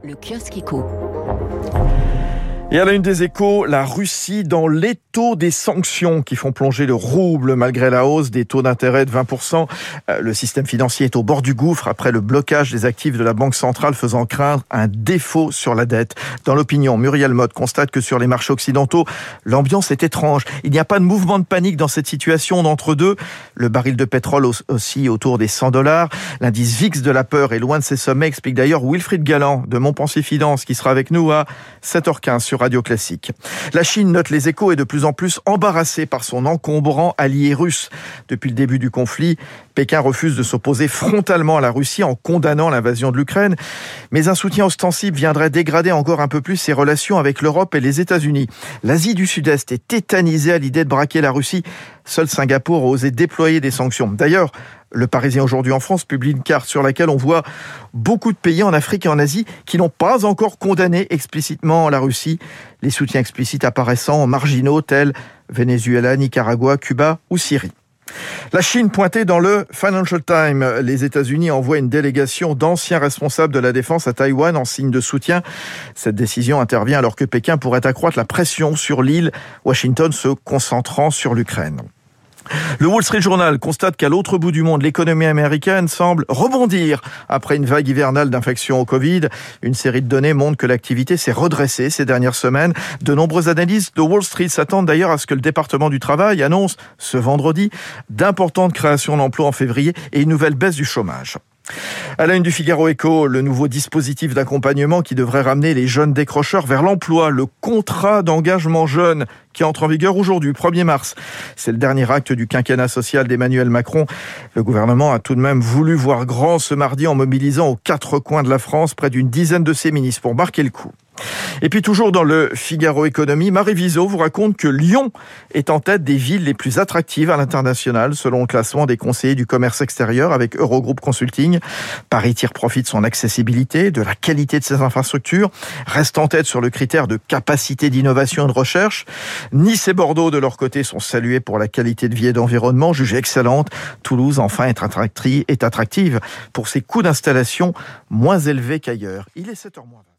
Le kiosque éco. Et à la une des Échos, la Russie dans l'étau des sanctions qui font plonger le rouble malgré la hausse des taux d'intérêt de 20%. Le système financier est au bord du gouffre après le blocage des actifs de la Banque centrale faisant craindre un défaut sur la dette. Dans l'opinion, Muriel Motte constate que sur les marchés occidentaux, l'ambiance est étrange. Il n'y a pas de mouvement de panique dans cette situation d'entre-deux. Le baril de pétrole aussi autour des $100. L'indice VIX de la peur est loin de ses sommets, explique d'ailleurs Wilfried Galland de Montpensier Finance qui sera avec nous à 7h15 sur Radio Classique. La Chine, note les Échos, est de plus en plus embarrassée par son encombrant allié russe. Depuis le début du conflit, Pékin refuse de s'opposer frontalement à la Russie en condamnant l'invasion de l'Ukraine. Mais un soutien ostensible viendrait dégrader encore un peu plus ses relations avec l'Europe et les États-Unis. L'Asie du Sud-Est est tétanisée à l'idée de braquer la Russie. Seul Singapour a osé déployer des sanctions. D'ailleurs, Le Parisien aujourd'hui en France publie une carte sur laquelle on voit beaucoup de pays en Afrique et en Asie qui n'ont pas encore condamné explicitement la Russie. Les soutiens explicites apparaissant marginaux tels Venezuela, Nicaragua, Cuba ou Syrie. La Chine pointée dans le Financial Times. Les États-Unis envoient une délégation d'anciens responsables de la défense à Taïwan en signe de soutien. Cette décision intervient alors que Pékin pourrait accroître la pression sur l'île, Washington se concentrant sur l'Ukraine. Le Wall Street Journal constate qu'à l'autre bout du monde, l'économie américaine semble rebondir après une vague hivernale d'infection au Covid. Une série de données montre que l'activité s'est redressée ces dernières semaines. De nombreux analystes de Wall Street s'attendent d'ailleurs à ce que le département du travail annonce ce vendredi d'importantes créations d'emplois en février et une nouvelle baisse du chômage. À la une du Figaro Écho, le nouveau dispositif d'accompagnement qui devrait ramener les jeunes décrocheurs vers l'emploi, le contrat d'engagement jeune qui entre en vigueur aujourd'hui, 1er mars. C'est le dernier acte du quinquennat social d'Emmanuel Macron. Le gouvernement a tout de même voulu voir grand ce mardi en mobilisant aux 4 coins de la France près d'une dizaine de ses ministres pour marquer le coup. Et puis toujours dans le Figaro Économie, Marie Viseau vous raconte que Lyon est en tête des villes les plus attractives à l'international selon le classement des conseillers du commerce extérieur avec Eurogroup Consulting. Paris tire profit de son accessibilité, de la qualité de ses infrastructures, reste en tête sur le critère de capacité d'innovation et de recherche. Nice et Bordeaux de leur côté sont salués pour la qualité de vie et d'environnement, jugée excellente. Toulouse enfin est attractive pour ses coûts d'installation moins élevés qu'ailleurs. Il est 7h moins.